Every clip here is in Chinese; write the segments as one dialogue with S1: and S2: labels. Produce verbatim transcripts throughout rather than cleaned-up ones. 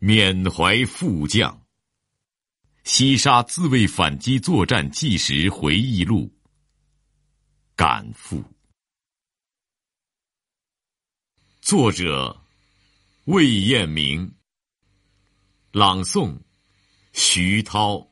S1: 缅怀副将，西沙自卫反击作战纪实回忆录，感赋。作者魏彦明，朗诵徐涛。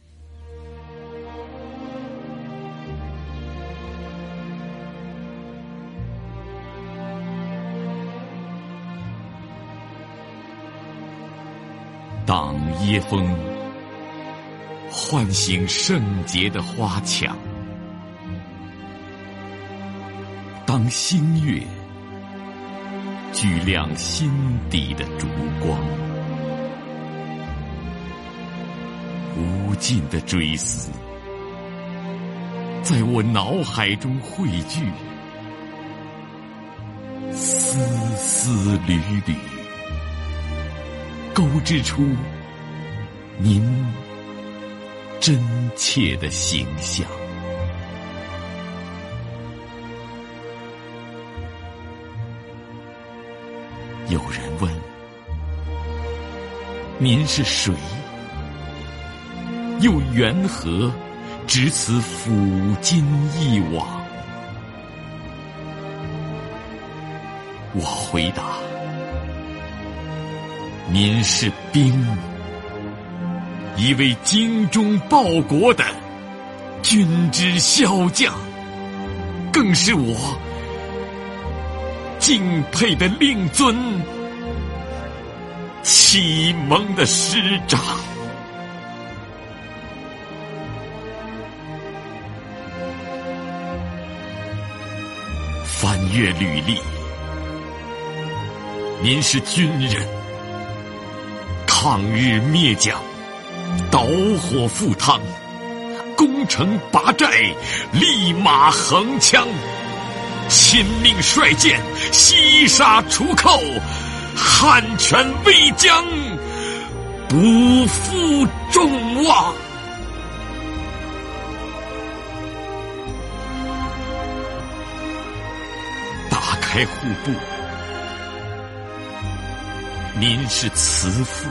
S1: 当椰风唤醒圣洁的花墙，当星月举亮心底的烛光，无尽的追思在我脑海中汇聚，丝丝缕缕勾织出您真切的形象。有人问，您是谁？又缘何值此抚今一往？我回答，您是兵，一位精忠报国的军之骁将，更是我敬佩的令尊，启蒙的师长。翻阅履历，您是军人，抗日灭蒋，导火赴汤，攻城拔寨，立马横枪，亲命率舰，西沙除寇，汉权威将，不负众望。打开户部，您是慈父，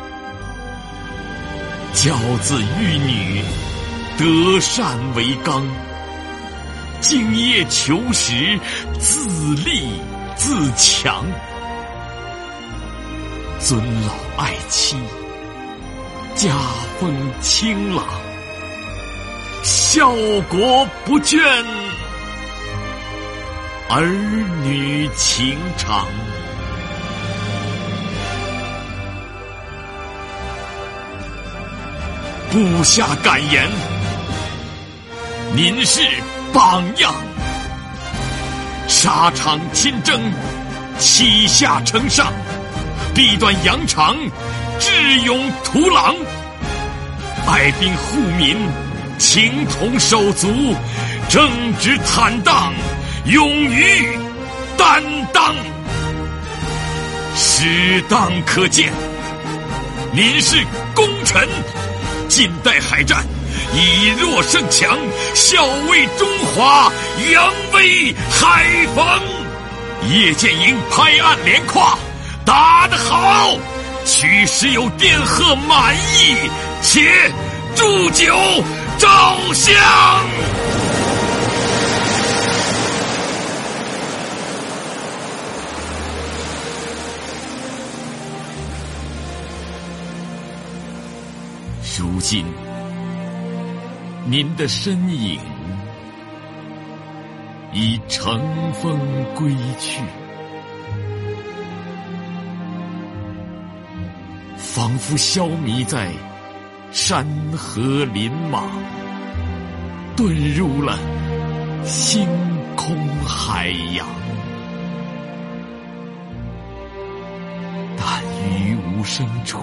S1: 教子育女，德善为纲，敬业求实，自立自强，尊老爱妻，家风清朗，效国不倦，儿女情长。部下感言，您是榜样，沙场亲征，旗下承上，臂断羊肠，智勇图朗，爱兵护民，情同手足，正直坦荡，勇于担当。适当可见，您是功臣，近代海战以弱胜强，效为中华，扬威海防。叶剑营拍岸连跨，打得好，取时有电荷满意，且祝酒照相。如今您的身影已乘风归去，仿佛消弭在山河林莽，遁入了星空海洋。但于无声处，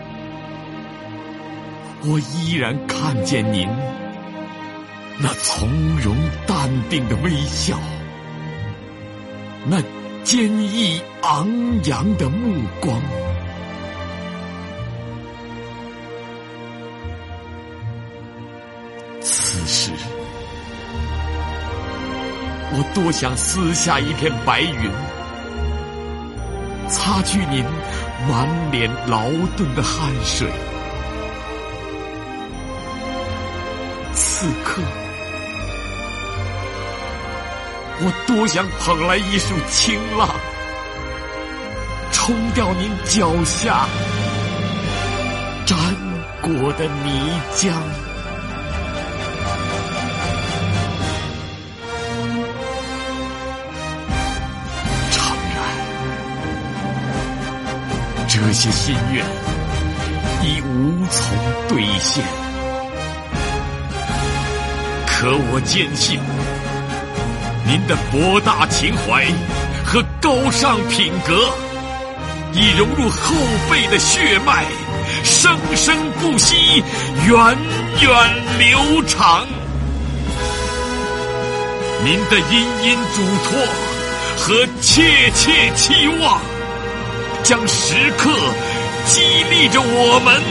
S1: 我依然看见您那从容淡定的微笑，那坚毅昂扬的目光。此时，我多想撕下一片白云，擦去您满脸劳顿的汗水。此刻，我多想捧来一束清浪，冲掉您脚下沾过的泥浆。诚然，这些心愿已无从兑现，可我坚信，您的博大情怀和高尚品格已融入后辈的血脉，生生不息，源远流长。您的殷殷嘱托和切切期望，将时刻激励着我们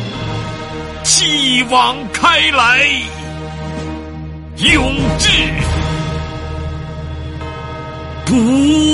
S1: 继往开来，永志不